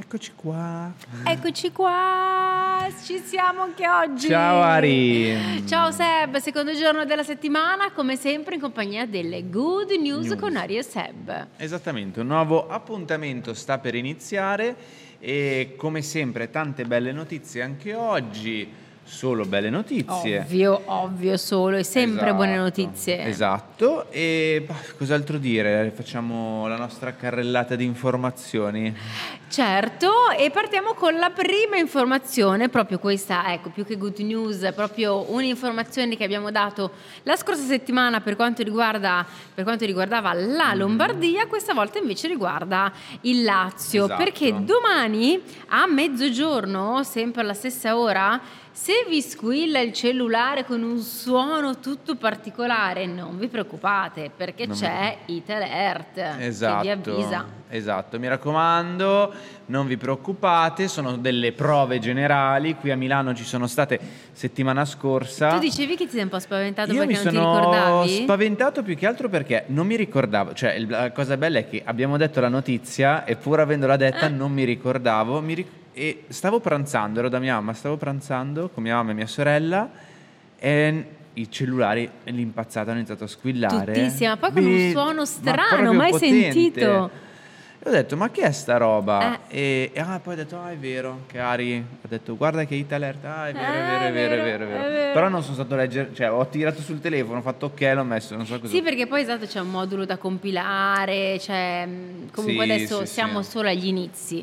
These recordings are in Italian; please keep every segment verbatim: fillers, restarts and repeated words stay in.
Eccoci qua. Eccoci qua, ci siamo anche oggi. Ciao Ari. Ciao Seb, secondo giorno della settimana, come sempre in compagnia delle Good News, News. Con Ari e Seb. Esattamente, un nuovo appuntamento sta per iniziare e come sempre tante belle notizie anche oggi. Solo belle notizie. Ovvio, ovvio, solo e sempre esatto, buone notizie. Esatto. E bah, cos'altro dire? Facciamo la nostra carrellata di informazioni. Certo, e partiamo con la prima informazione, proprio questa, ecco, più che good news, proprio un'informazione che abbiamo dato la scorsa settimana per quanto riguarda per quanto riguardava la Lombardia, questa volta invece riguarda il Lazio, esatto. Perché domani a mezzogiorno, sempre alla stessa ora, se vi squilla il cellulare con un suono tutto particolare, non vi preoccupate, perché non c'è mi... Itelert esatto, che vi avvisa. Esatto, mi raccomando, non vi preoccupate, sono delle prove generali. Qui a Milano ci sono state settimana scorsa. Tu dicevi che ti sei un po' spaventato Io perché mi non sono ti ricordavi? spaventato più che altro perché non mi ricordavo. Cioè, la cosa bella è che abbiamo detto la notizia e pur avendola detta eh? non mi ricordavo. Mi ric- e stavo pranzando, ero da mia mamma, stavo pranzando con mia mamma e mia sorella e i cellulari, l'impazzata, hanno iniziato a squillare. Tuttissimi, ma poi con Be- un suono strano, mai potente. sentito. E ho detto, ma che è sta roba? Eh. E, e ah, poi ho detto, ah, è vero, che Ari, ho detto, guarda che Itelert, ah, è vero, ah, è vero, è vero, è vero, è vero. È vero. Però non sono stato a leggere, cioè ho tirato sul telefono, ho fatto ok, l'ho messo, non so cosa. Sì, perché poi esatto, c'è un modulo da compilare, cioè comunque sì, adesso sì, siamo sì. solo agli inizi.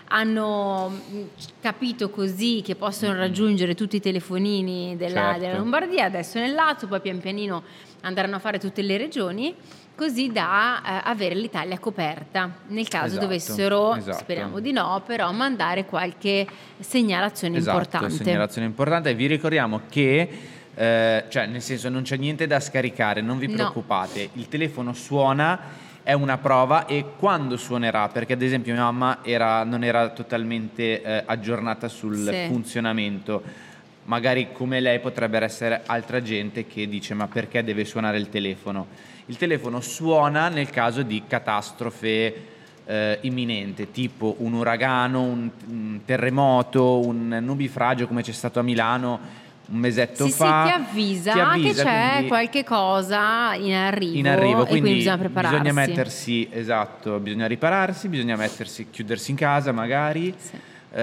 Hanno capito così che possono raggiungere tutti i telefonini della, certo. della Lombardia, adesso nel Lazio, poi pian pianino andranno a fare tutte le regioni, così da eh, avere l'Italia coperta nel caso esatto, dovessero, esatto. speriamo di no, però mandare qualche segnalazione esatto, importante. segnalazione importante. Vi ricordiamo che eh, cioè nel senso non c'è niente da scaricare, non vi preoccupate, no. Il telefono suona, è una prova, e quando suonerà, perché ad esempio mia mamma era, non era totalmente eh, aggiornata sul sì. funzionamento, magari come lei potrebbe essere altra gente che dice ma perché deve suonare il telefono? Il telefono suona nel caso di catastrofe eh, imminente, tipo un uragano, un, un terremoto, un nubifragio come c'è stato a Milano un mesetto sì, fa. Sì, ti avvisa, ti avvisa che c'è quindi, qualche cosa in arrivo, in arrivo, e quindi, quindi bisogna prepararsi. Bisogna mettersi, esatto, bisogna ripararsi, bisogna mettersi, chiudersi in casa magari, sì.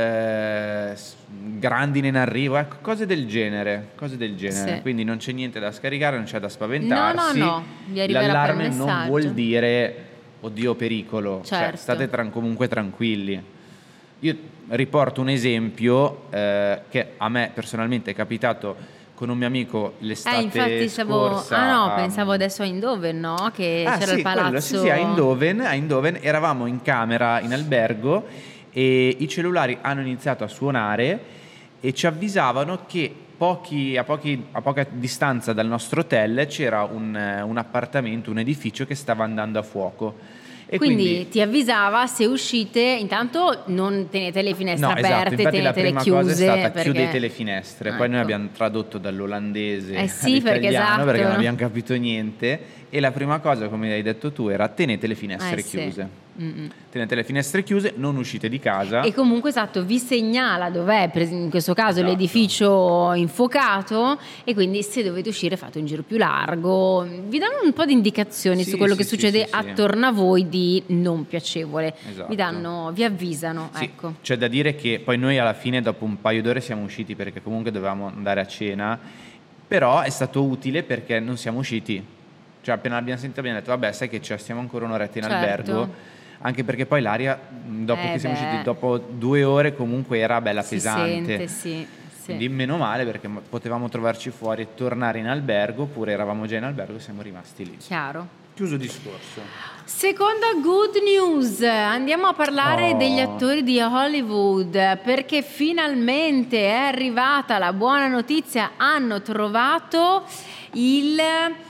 eh, grandine in arrivo, ecco, cose del genere, cose del genere. Sì. Quindi non c'è niente da scaricare, non c'è da spaventarsi. No, no, no, vi arriverà l'allarme per messaggio. non vuol dire oddio pericolo, certo. Cioè, state tran- comunque tranquilli. Io riporto un esempio eh, che a me personalmente è capitato con un mio amico l'estate eh, infatti scorsa. Stavo, ah no, um, pensavo adesso a Eindhoven, no? Che ah, c'era sì, il palazzo. Quello, sì, sì, a Eindhoven, a Eindhoven eravamo in camera in albergo e i cellulari hanno iniziato a suonare e ci avvisavano che pochi, a, pochi, a poca distanza dal nostro hotel c'era un, un appartamento, un edificio che stava andando a fuoco. E quindi, quindi ti avvisava, se uscite, intanto non tenete le finestre no, aperte, esatto, tenetele la prima chiuse. cosa è stata perché... chiudete le finestre, ah, poi ecco. Noi abbiamo tradotto dall'olandese eh sì, all'italiano perché, esatto. perché non abbiamo capito niente, e la prima cosa, come hai detto tu, era tenete le finestre eh, chiuse. Sì. Mm-mm. Tenete le finestre chiuse, non uscite di casa. E comunque esatto, vi segnala dov'è, in questo caso esatto. l'edificio infuocato, e quindi se dovete uscire fate un giro più largo, vi danno un po' di indicazioni sì, su quello sì, che sì, succede sì, attorno sì. a voi di non piacevole. Esatto. Vi danno, vi avvisano, sì. ecco. C'è da dire che poi noi alla fine dopo un paio d'ore siamo usciti perché comunque dovevamo andare a cena, però è stato utile perché non siamo usciti, cioè appena l'abbiamo sentito abbiamo detto vabbè sai che c'è, stiamo ancora un'oretta in certo. albergo, anche perché poi l'aria dopo eh che siamo beh. usciti dopo due ore comunque era bella si pesante, sente, sì, sì. Quindi meno male perché potevamo trovarci fuori e tornare in albergo, oppure eravamo già in albergo e siamo rimasti lì. Chiaro. Chiuso discorso. Seconda good news, andiamo a parlare oh. degli attori di Hollywood, perché finalmente è arrivata la buona notizia, hanno trovato il...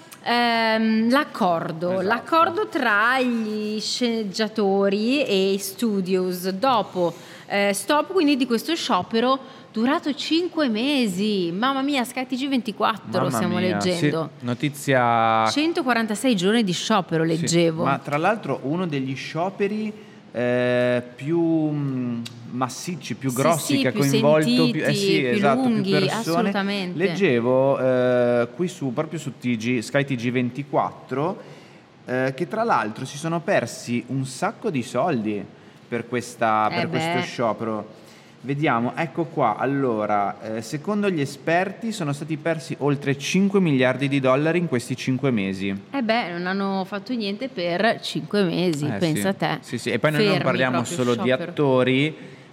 Ehm, l'accordo, esatto. l'accordo tra gli sceneggiatori e i studios dopo eh, stop quindi di questo sciopero durato cinque mesi. Mamma mia, Sky T G ventiquattro Mamma stiamo mia. leggendo. Sì, notizia centoquarantasei giorni di sciopero leggevo. Sì, ma tra l'altro uno degli scioperi eh, più mh, massicci, più Sì, grossi, sì, che ha più coinvolto sentiti, più, eh sì, più esatto, lunghi, più persone. assolutamente. Leggevo eh, qui su, proprio su T G, Sky T G ventiquattro, eh, che tra l'altro si sono persi un sacco di soldi per, questa, Eh per questo beh. sciopero. Vediamo, ecco qua. Allora, eh, secondo gli esperti sono stati persi oltre cinque miliardi di dollari in questi cinque mesi. Eh beh, non hanno fatto niente per cinque mesi, Eh, pensa sì. te. Sì, sì. E poi noi non Fermi parliamo proprio, solo di sciopero. attori,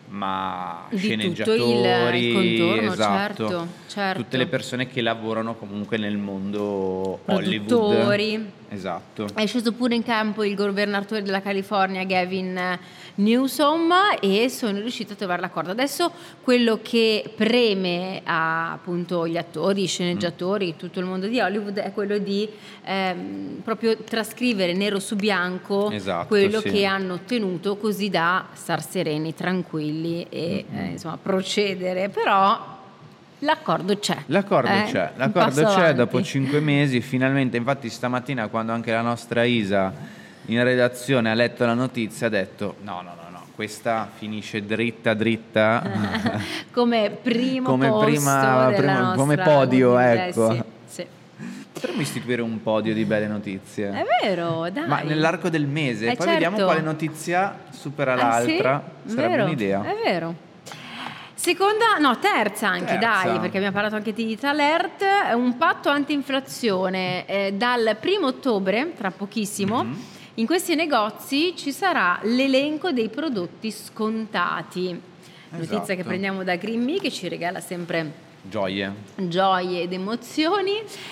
ma Di tutto sceneggiatori, il- il contorno, esatto. certo, certo. Tutte le persone che lavorano comunque nel mondo Hollywood. Produttori. Esatto. È sceso pure in campo il governatore della California Gavin Newsom e sono riusciti a trovare l'accordo. Adesso quello che preme a, appunto, gli attori, i sceneggiatori, Mm. tutto il mondo di Hollywood è quello di ehm, proprio trascrivere nero su bianco Esatto, quello sì. che hanno ottenuto, così da star sereni, tranquilli e Mm-hmm. eh, insomma procedere. Però l'accordo c'è. L'accordo eh? c'è, Un l'accordo passo c'è avanti. dopo cinque mesi, finalmente. Infatti stamattina, quando anche la nostra Isa in redazione ha letto la notizia, ha detto no, no, no, no, questa finisce dritta, dritta. Come primo Come posto prima- della prima- nostra come podio, Good News. ecco. Eh, sì, sì. Potremmo istituire un podio di belle notizie. È vero, dai. Ma nell'arco del mese, Eh, poi certo. vediamo quale notizia supera Ah, sì? l'altra. Sarebbe Vero, un'idea. È vero. Seconda, no, terza anche, Terza. dai, perché abbiamo parlato anche di Digital Alert, è un patto anti-inflazione. Eh, dal primo ottobre, tra pochissimo, Mhm. in questi negozi ci sarà l'elenco dei prodotti scontati. Notizia Esatto. che prendiamo da Green Me, che ci regala sempre Gioie. gioie ed emozioni.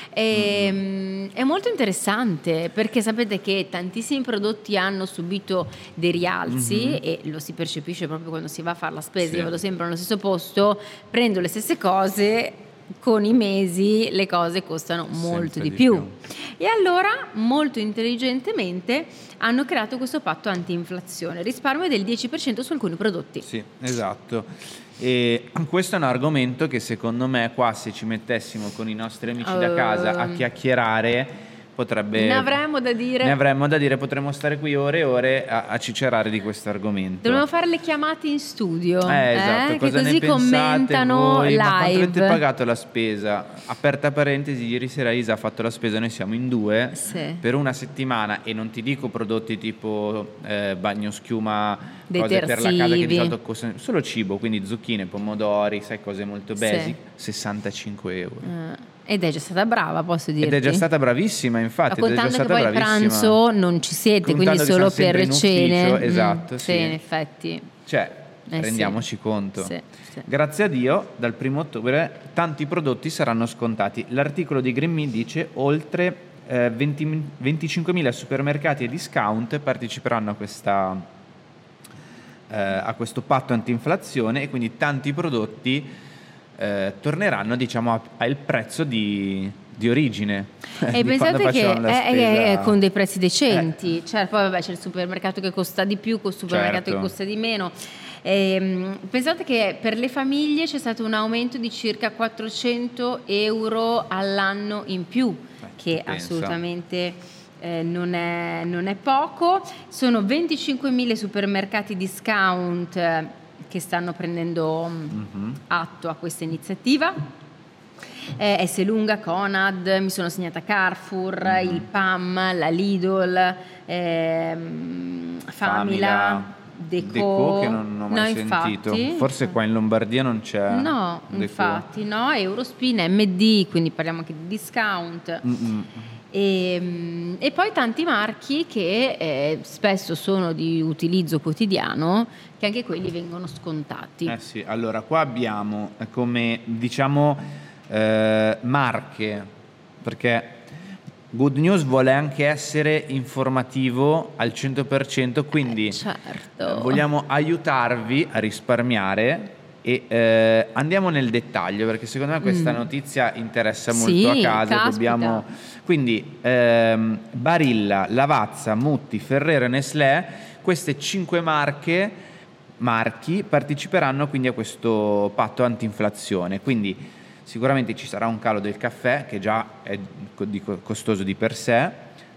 E, mm, è molto interessante perché sapete che tantissimi prodotti hanno subito dei rialzi Mhm. e lo si percepisce proprio quando si va a fare la spesa. Sì. Io vado sempre nello stesso posto, prendo le stesse cose, con i mesi le cose costano molto Sempre di, di più. più. E allora molto intelligentemente hanno creato questo patto anti-inflazione, risparmio del dieci per cento su alcuni prodotti. Sì, esatto. E questo è un argomento che secondo me qua, se ci mettessimo con i nostri amici da casa a Ehm. chiacchierare, potrebbe... Ne avremmo da dire. Ne avremmo da dire, potremmo stare qui ore e ore a, a cicerare di questo argomento. Dobbiamo fare le chiamate in studio, Eh, esatto, eh, che cosa così ne pensate commentano voi? Ma quanto avete live. pagato la spesa? Aperta parentesi, ieri sera Isa ha fatto la spesa, noi siamo in due Sì. per una settimana, e non ti dico prodotti tipo eh, bagnoschiuma, cose per la casa che di Detersivi. solito costano, solo cibo, quindi zucchine, pomodori, sai, cose molto Sì. basic, sessantacinque euro. Eh, ed è già stata brava, posso dirti. Ed è già stata bravissima, Ma infatti, ed è già contando che stata poi il bravissima. pranzo non ci siete, quindi Contando che solo siamo per sempre in cene. ufficio, esatto, Mm, sì. in effetti. Cioè, Eh, rendiamoci conto. Sì, sì. Grazie a Dio, dal primo ottobre tanti prodotti saranno scontati. L'articolo di Green Me dice oltre eh, venti venticinquemila supermercati e discount parteciperanno a questa eh, a questo patto antinflazione, e quindi tanti prodotti eh, torneranno, diciamo, a- al prezzo di, di origine. E di quando pensate che facevano la è, è- spesa. è con dei prezzi decenti, cioè, poi vabbè, c'è il supermercato che costa di più, col supermercato Certo. che costa di meno. Ehm, pensate che per le famiglie c'è stato un aumento di circa quattrocento euro all'anno in più, che pensa. assolutamente eh, non, è, non è poco. Sono venticinquemila supermercati discount eh, che stanno prendendo mm, Mhm. atto a questa iniziativa. Eh, Esselunga, Conad, mi sono segnata Carrefour, Mhm. il P A M, la Lidl, ehm, Famila, Famila, Deco. Deco, che non ho mai No, sentito. infatti. Forse qua in Lombardia non c'è. No, Deco. infatti, no, Eurospin, M D, quindi parliamo anche di discount. Mm-mm. E, mm, e poi tanti marchi che eh, spesso sono di utilizzo quotidiano, che anche quelli vengono scontati. Eh sì, allora qua abbiamo eh, come, diciamo, eh, marche, perché Good News vuole anche essere informativo al cento per cento, quindi Certo. eh, vogliamo aiutarvi a risparmiare. E eh, andiamo nel dettaglio, perché secondo me questa Mm. notizia interessa Sì, molto a casa. caspita. Dobbiamo... Quindi ehm, Barilla, Lavazza, Mutti, Ferrero e Nestlé, queste cinque marche marchi parteciperanno quindi a questo patto antinflazione. Quindi sicuramente ci sarà un calo del caffè, che già è co- di- costoso di per sé,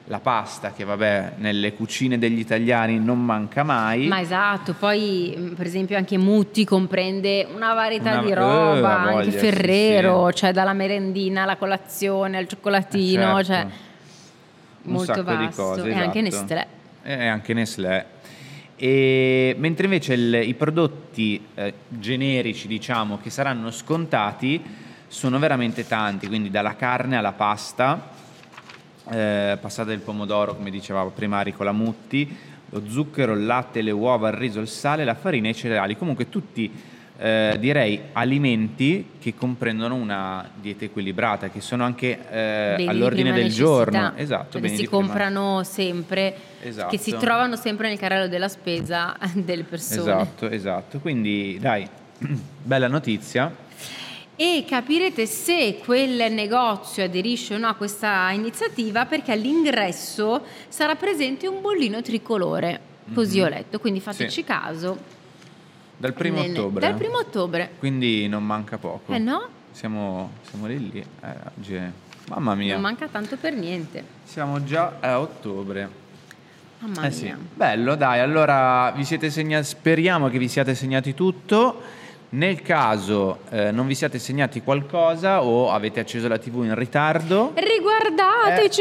la pasta, che vabbè nelle cucine degli italiani non manca mai. Ma esatto, poi per esempio anche Mutti comprende una varietà Una- di eh, roba, voglia, anche sì, Ferrero, sì. cioè dalla merendina alla colazione al cioccolatino, Eh, certo. cioè Un molto sacco di vasto. cose, E anche esatto. Nestlé. E anche Nestlé. E mentre invece il- i prodotti eh, generici, diciamo, che saranno scontati sono veramente tanti, quindi dalla carne alla pasta, eh, passata del pomodoro, come diceva prima Ricola Mutti, lo zucchero, il latte, le uova, il riso, il sale, la farina e i cereali. Comunque tutti eh, direi alimenti che comprendono una dieta equilibrata, che sono anche eh, Beni di all'ordine prima del necessità, giorno. Esatto, cioè che beni si di prima- comprano sempre, Esatto. che si trovano sempre nel carrello della spesa delle persone. Esatto, esatto. Quindi dai, bella notizia. E capirete se quel negozio aderisce o no a questa iniziativa, perché all'ingresso sarà presente un bollino tricolore, così ho letto, quindi fateci Sì. caso. Dal primo Nel- ottobre. Dal primo ottobre. Quindi non manca poco. Eh no, Siamo, siamo lì lì. Eh, oggi è- Mamma mia. non manca tanto per niente. Siamo già a ottobre. Mamma Eh sì. mia. Bello, dai, allora vi siete segnati, speriamo che vi siate segnati tutto. Nel caso eh, non vi siate segnati qualcosa o avete acceso la tivù in ritardo, Riguardateci!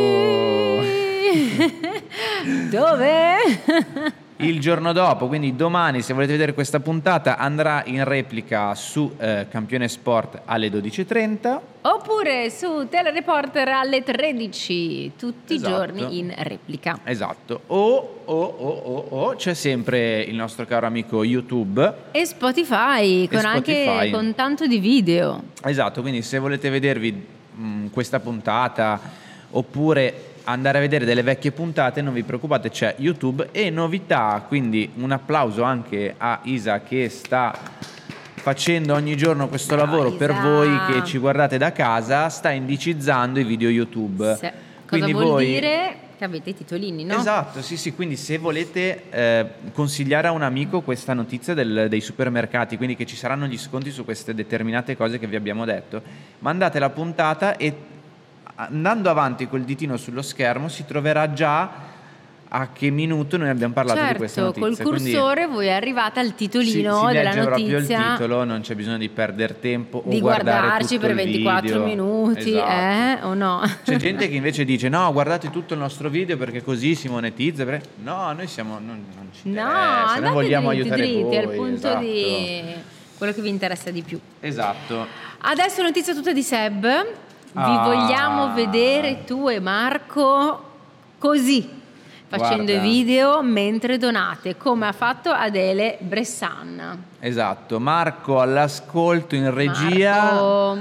Dove? il giorno dopo, quindi domani, se volete vedere questa puntata, andrà in replica su eh, Campione Sport alle dodici e trenta. Oppure su Telereporter alle tredici, tutti Esatto. i giorni in replica. Esatto. O, o, o, o, o c'è sempre il nostro caro amico YouTube. E Spotify, con Spotify. anche con tanto di video. Esatto, quindi se volete vedervi mh, questa puntata oppure andare a vedere delle vecchie puntate, non vi preoccupate, c'è YouTube. E novità, quindi un applauso anche a Isa che sta facendo ogni giorno questo Brava lavoro Isa. per voi che ci guardate da casa, sta indicizzando i video YouTube. Se- Cosa Quindi vuol voi- dire? Che avete i titolini, no? Esatto, sì, sì, quindi se volete eh, consigliare a un amico questa notizia del- dei supermercati, quindi che ci saranno gli sconti su queste determinate cose che vi abbiamo detto, mandate la puntata e andando avanti col ditino sullo schermo si troverà già a che minuto noi abbiamo parlato certo, di questa notizia. col cursore voi arrivate al Quindi titolino si, si della legge proprio il notizia. titolo, non c'è bisogno di perdere tempo o Di guardare guardarci tutto per il ventiquattro video. minuti, Esatto. eh? O no? C'è gente che invece dice no, guardate tutto il nostro video perché così si monetizza. perché-" No, noi siamo non, non ci No, interessa, andate noi vogliamo dritti, aiutare dritti, voi. al punto esatto. di quello che vi interessa di più. Esatto. Adesso notizia tutta di Seb. Vi Ah. vogliamo vedere tu e Marco così, facendo Guarda. i video mentre donate, come ha fatto Adele Bressan. Esatto, Marco all'ascolto in regia. Marco,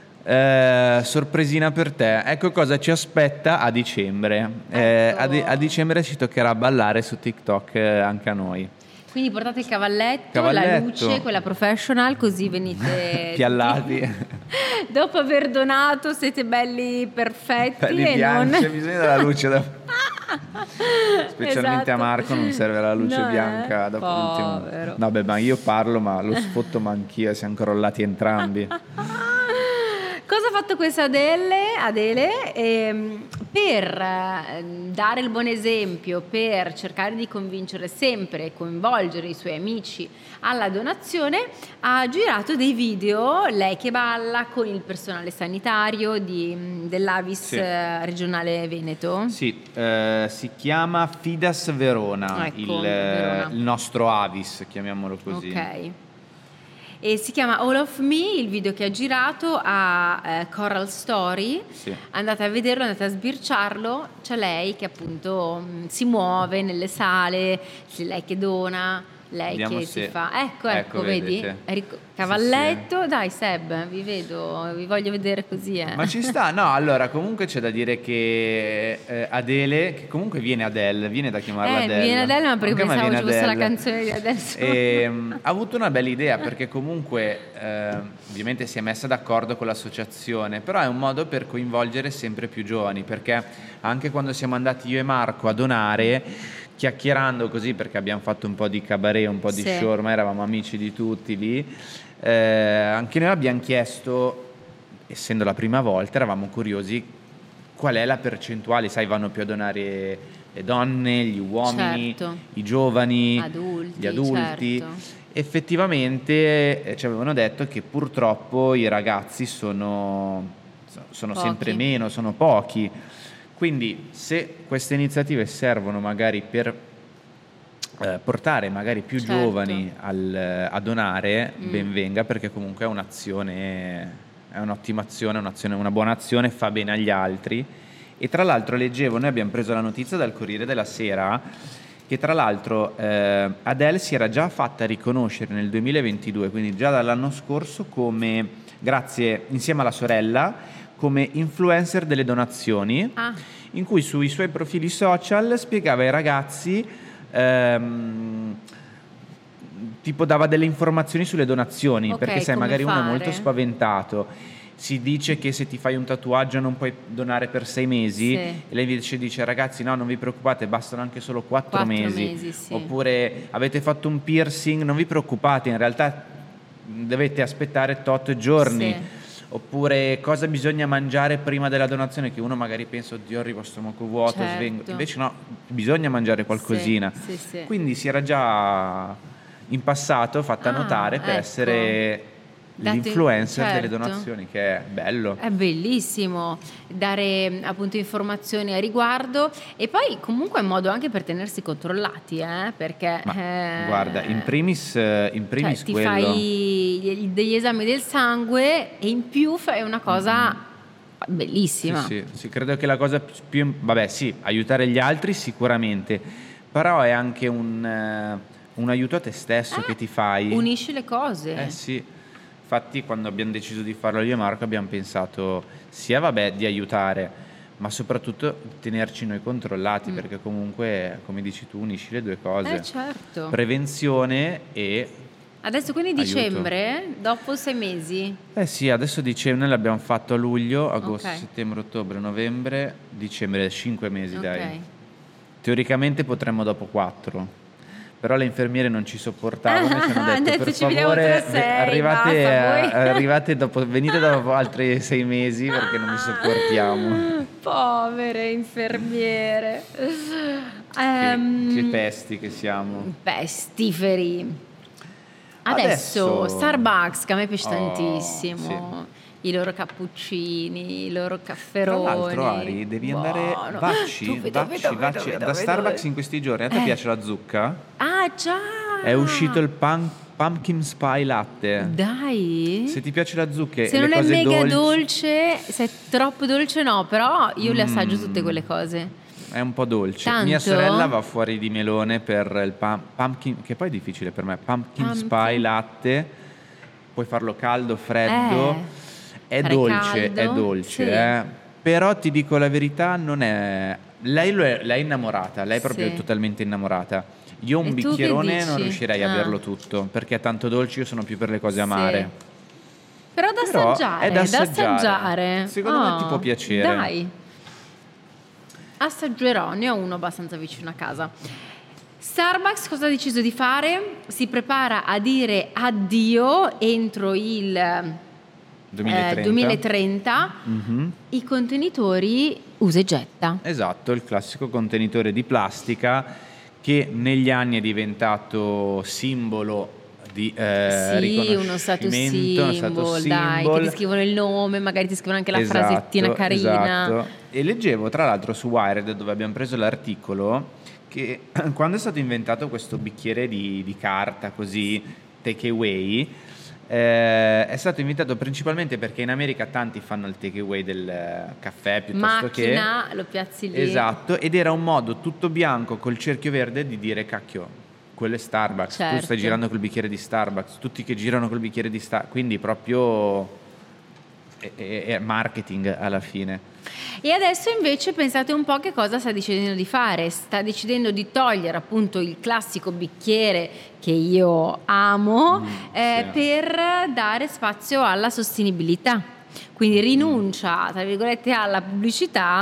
Eh, sorpresina per te, ecco cosa ci aspetta a dicembre. Eh, Ecco. a, di- a dicembre ci toccherà ballare su TikTok eh, anche a noi. quindi portate il cavalletto, la Cavalletto. luce, quella professional, così venite Piallati. dopo aver donato siete belli perfetti Belli e bianchi, non c'è bisogno della luce da- specialmente Esatto. a Marco non serve la luce No, eh? bianca dopo l'ultimo. Povero. Vabbè, ma io parlo, ma lo sfotto ma anch'io, siamo crollati entrambi. Cosa ha fatto questa Adele, Adele? Ehm, per eh, dare il buon esempio, per cercare di convincere sempre e coinvolgere i suoi amici alla donazione, ha girato dei video, lei che balla con il personale sanitario di, dell'Avis Sì. eh, regionale Veneto. Sì, eh, si chiama Fidas Verona, Ecco, il, Verona. il nostro Avis, chiamiamolo così. Ok. E si chiama All of Me, il video che ha girato a eh, Coral Story. Sì. Andate a vederlo, andate a sbirciarlo. C'è lei che appunto mh, si muove nelle sale, c'è lei che dona, lei Vediamo che se- si fa. Ecco, ecco, ecco, vedi? vedete. Ric- Cavalletto, dai Seb, vi vedo, vi voglio vedere così. Eh. Ma ci sta, no, allora comunque c'è da dire che eh, Adele, che comunque viene Adele, viene da chiamarla Eh, Adele. viene Adele, ma perché Anche a me pensavo ci viene fosse la Adele. canzone di adesso. E, ha avuto una bella idea perché comunque eh, ovviamente si è messa d'accordo con l'associazione, però è un modo per coinvolgere sempre più giovani, perché anche quando siamo andati io e Marco a donare, chiacchierando così, perché abbiamo fatto un po' di cabaret, un po' di Sì. show, ormai eravamo amici di tutti lì, eh, anche noi abbiamo chiesto, essendo la prima volta, eravamo curiosi qual è la percentuale, sai, vanno più a donare le donne, gli uomini, certo. i giovani, adulti, gli adulti. Certo. Effettivamente eh, ci avevano detto che purtroppo i ragazzi sono, sono sempre meno, sono pochi. Quindi se queste iniziative servono magari per eh, portare magari più certo. giovani al, a donare, mm. ben venga, perché comunque è un'azione, è un'ottima azione, un'azione, una buona azione, fa bene agli altri. E tra l'altro leggevo, noi abbiamo preso la notizia dal Corriere della Sera, che tra l'altro eh, Adele si era già fatta riconoscere nel duemilaventidue, quindi già dall'anno scorso, come, grazie, insieme alla sorella, come influencer delle donazioni, ah. in cui sui suoi profili social spiegava ai ragazzi, ehm, tipo dava delle informazioni sulle donazioni, okay, perché sai, magari fare? uno è molto spaventato. Si dice che se ti fai un tatuaggio non puoi donare per sei mesi, sì. e lei invece dice ragazzi no, non vi preoccupate, bastano anche solo quattro mesi, mesi sì. Oppure avete fatto un piercing, non vi preoccupate, in realtà dovete aspettare tot giorni, sì. Oppure cosa bisogna mangiare prima della donazione, che uno magari pensa oddio arrivo a stomaco vuoto, certo. svengo, invece no, bisogna mangiare qualcosina, sì, sì, sì. Quindi si era già in passato fatta ah, notare per ecco. essere Date, l'influencer certo. delle donazioni, che è bello. È bellissimo dare appunto informazioni a riguardo, e poi comunque è un modo anche per tenersi controllati, eh? Perché Ma, eh, guarda, in primis, in primis cioè, ti quello. fai degli esami del sangue e in più fai una cosa mm-hmm. bellissima. Sì, sì, sì, credo che la cosa più, vabbè sì, aiutare gli altri sicuramente, però è anche un, un aiuto a te stesso, eh, che ti fai. Unisci le cose. Eh sì. Infatti quando abbiamo deciso di farlo io e Marco abbiamo pensato sia vabbè di aiutare, ma soprattutto tenerci noi controllati, mm. perché comunque, come dici tu, unisci le due cose. Eh certo. Prevenzione e adesso quindi aiuto. Dicembre, dopo sei mesi? Eh sì, adesso dicembre l'abbiamo fatto a luglio, agosto, okay. settembre, ottobre, novembre, dicembre, cinque mesi okay. dai. Teoricamente potremmo dopo quattro. Però le infermiere non ci sopportavano e ci hanno detto detto, per ci favore sei, arrivate, basta, a, arrivate dopo, venite dopo altri sei mesi perché non vi sopportiamo. Povere infermiere. Che, um, che pesti che siamo. Pestiferi. Adesso, Adesso Starbucks, che a me piace oh, tantissimo. Sì. I loro cappuccini, i loro cafferoni. Tra l'altro, Ari, devi Buono. andare vacci, dove, vacci, dove, vacci. dove, da dove, Starbucks dove? in questi giorni. A te eh. piace la zucca? Ah, già! È uscito il pan, pumpkin spice latte. Dai! Se ti piace la zucca, se le non cose è mega dolci... dolce, se è troppo dolce no, però io mm. le assaggio tutte quelle cose. È un po' dolce. Tanto? Mia sorella va fuori di melone per il pum- pumpkin, che poi è difficile per me, pumpkin, pumpkin. spice latte. Puoi farlo caldo, freddo. Eh. È dolce, caldo, è dolce, sì. eh. Però ti dico la verità, non è... Lei, lo è, lei è innamorata, lei è proprio sì. totalmente innamorata. Io un e bicchierone non riuscirei ah. a berlo tutto, perché è tanto dolce, io sono più per le cose amare. Sì. Però da Però assaggiare, è da assaggiare. da assaggiare. Secondo oh, me ti può piacere. Dai. Assaggerò, ne ho uno abbastanza vicino a casa. Starbucks cosa ha deciso di fare? Si prepara a dire addio entro il duemilatrenta, eh, duemilatrenta mm-hmm. i contenitori usa e getta. Esatto, il classico contenitore di plastica che negli anni è diventato simbolo di eh, sì, uno status symbol, uno status dai, symbol. che ti scrivono il nome, magari ti scrivono anche la esatto, frasettina carina. Esatto. E leggevo tra l'altro su Wired, dove abbiamo preso l'articolo, che quando è stato inventato questo bicchiere di, di carta così take away, eh, è stato inventato principalmente perché in America tanti fanno il take away del caffè piuttosto macchina, che lo piazzi lì. Esatto, ed era un modo tutto bianco col cerchio verde di dire cacchio, quello è Starbucks, certo. tu stai girando col bicchiere di Starbucks, tutti che girano col bicchiere di Starbucks, quindi proprio è, è, è marketing alla fine. E adesso invece pensate un po' che cosa sta decidendo di fare. Sta decidendo di togliere appunto il classico bicchiere che io amo mm, eh, sì. per dare spazio alla sostenibilità. Quindi rinuncia, tra virgolette, alla pubblicità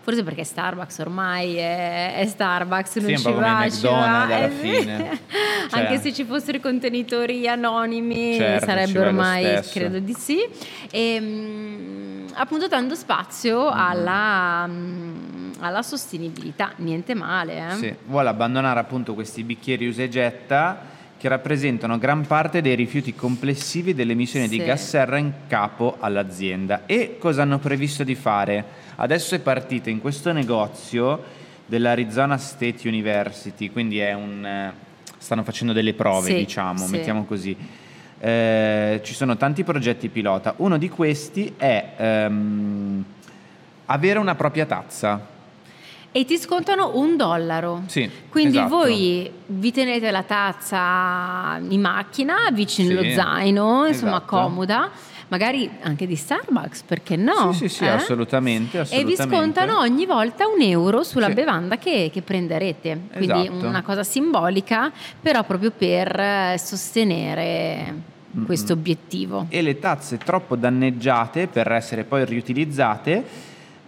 forse perché Starbucks ormai è, è Starbucks, non sì, ci un po' come va, i ci va, McDonald's alla eh, sì. fine. Cioè, Anche se ci fossero i contenitori anonimi, certo, sarebbe ci va lo ormai, stesso. credo di sì. E mh, appunto dando spazio Mm. alla, mh, alla sostenibilità, niente male. Eh? Sì, vuole abbandonare appunto questi bicchieri usa e getta che rappresentano gran parte dei rifiuti complessivi delle emissioni Sì. di gas serra in capo all'azienda. E cosa hanno previsto di fare? Adesso è partita in questo negozio dell'Arizona State University, quindi è un, eh, stanno facendo delle prove, Sì, diciamo, sì. mettiamo così. Eh, ci sono tanti progetti pilota. Uno di questi è ehm, avere una propria tazza. E ti scontano un dollaro. Sì, Quindi esatto. voi vi tenete la tazza in macchina, vicino Sì, allo zaino, insomma esatto. comoda, magari anche di Starbucks, perché no? Sì, sì, sì, Eh? assolutamente, E vi assolutamente. scontano ogni volta un euro sulla Sì. bevanda che, che prenderete. Quindi Esatto. una cosa simbolica, però proprio per eh, sostenere Mm-mm. questo obiettivo. E le tazze troppo danneggiate per essere poi riutilizzate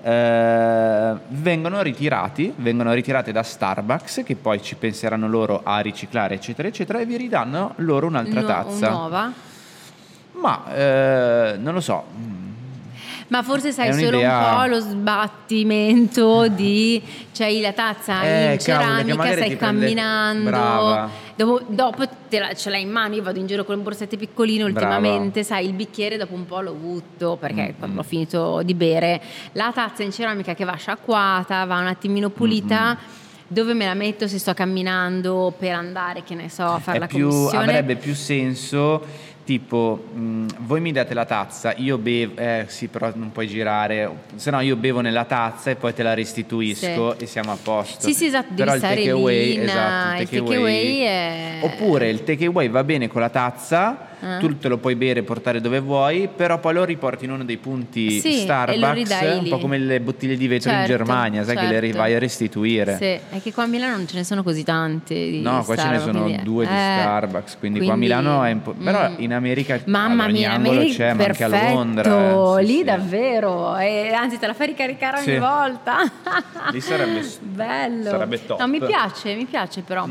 eh, vengono ritirati, vengono ritirate da Starbucks, che poi ci penseranno loro a riciclare, eccetera, eccetera, e vi ridanno loro un'altra Nu- tazza. Nuova. Ma eh, non lo so. Ma forse sai È solo un'idea- un po' lo sbattimento di c'hai la tazza Eh, in cavolo, che ceramica, magari stai ti prende- camminando, Brava. dopo, dopo te la, ce l'hai in mano. Io vado in giro con un borsetto piccolino Brava. ultimamente, sai, il bicchiere dopo un po' lo butto perché Mm, quando mm. ho finito di bere, la tazza in ceramica che va sciacquata, va un attimino pulita. Dove me la metto se sto camminando per andare, che ne so, a fare È la più- commissione? avrebbe più senso tipo mh, voi mi date la tazza, io bevo, eh sì, però non puoi girare, se no io bevo nella tazza e poi te la restituisco e siamo a posto. Sì, sì, esatto, devi Però il stare takeaway, lì in- esatto, il takeaway è- oppure il takeaway va bene con la tazza, Ah. tu te lo puoi bere e portare dove vuoi, però poi lo riporti in uno dei punti Sì, e lo Starbucks, ridai un lì. po' come le bottiglie di vetro in Certo, Germania, sai che le certo. vai a restituire. Sì, è che qua a Milano non ce ne sono così tante di No, qua ce ne Starbucks, sono quindi- due di eh, Starbucks, quindi, qua a Milano è un po'. Però in America Mamma ad ogni mia, in angolo America, c'è, ma anche a perfetto, Londra. eh, sì, lì sì. davvero, e anzi te la fai ricaricare ogni Sì. volta. Lì sarebbe, Bello. sarebbe top. No, mi piace, mi piace però.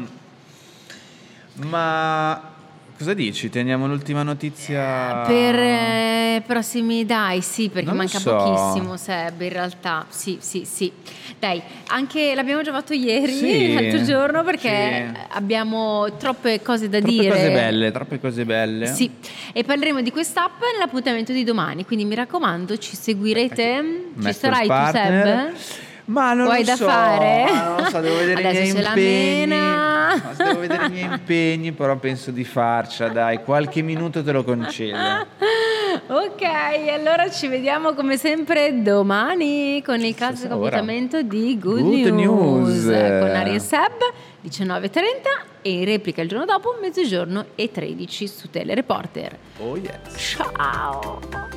Ma cosa dici? Teniamo l'ultima notizia Per eh, prossimi, dai, sì, perché Non lo manca so. pochissimo, Seb, in realtà. Sì, sì, sì. Dai, anche l'abbiamo già fatto ieri, Sì, l'altro giorno, perché sì. abbiamo troppe cose da Troppe dire. cose belle, troppe cose belle. Sì, e parleremo di quest'app nell'appuntamento di domani, quindi mi raccomando, ci seguirete? Ci Metto sarai il tu, partner. Seb? Ma non Vuoi lo da so, fare? ma non lo so, devo vedere Adesso i miei c'è la impegni. mena. Ma devo vedere i miei impegni, però penso di farcela, dai, qualche minuto te lo concedo. Ok, allora ci vediamo come sempre domani con il Stessa classico ora. appuntamento di Good, Good News, News. con Ari e Seb, diciannove e trenta, e in replica il giorno dopo mezzogiorno e tredici su Telereporter. Oh yes. Ciao!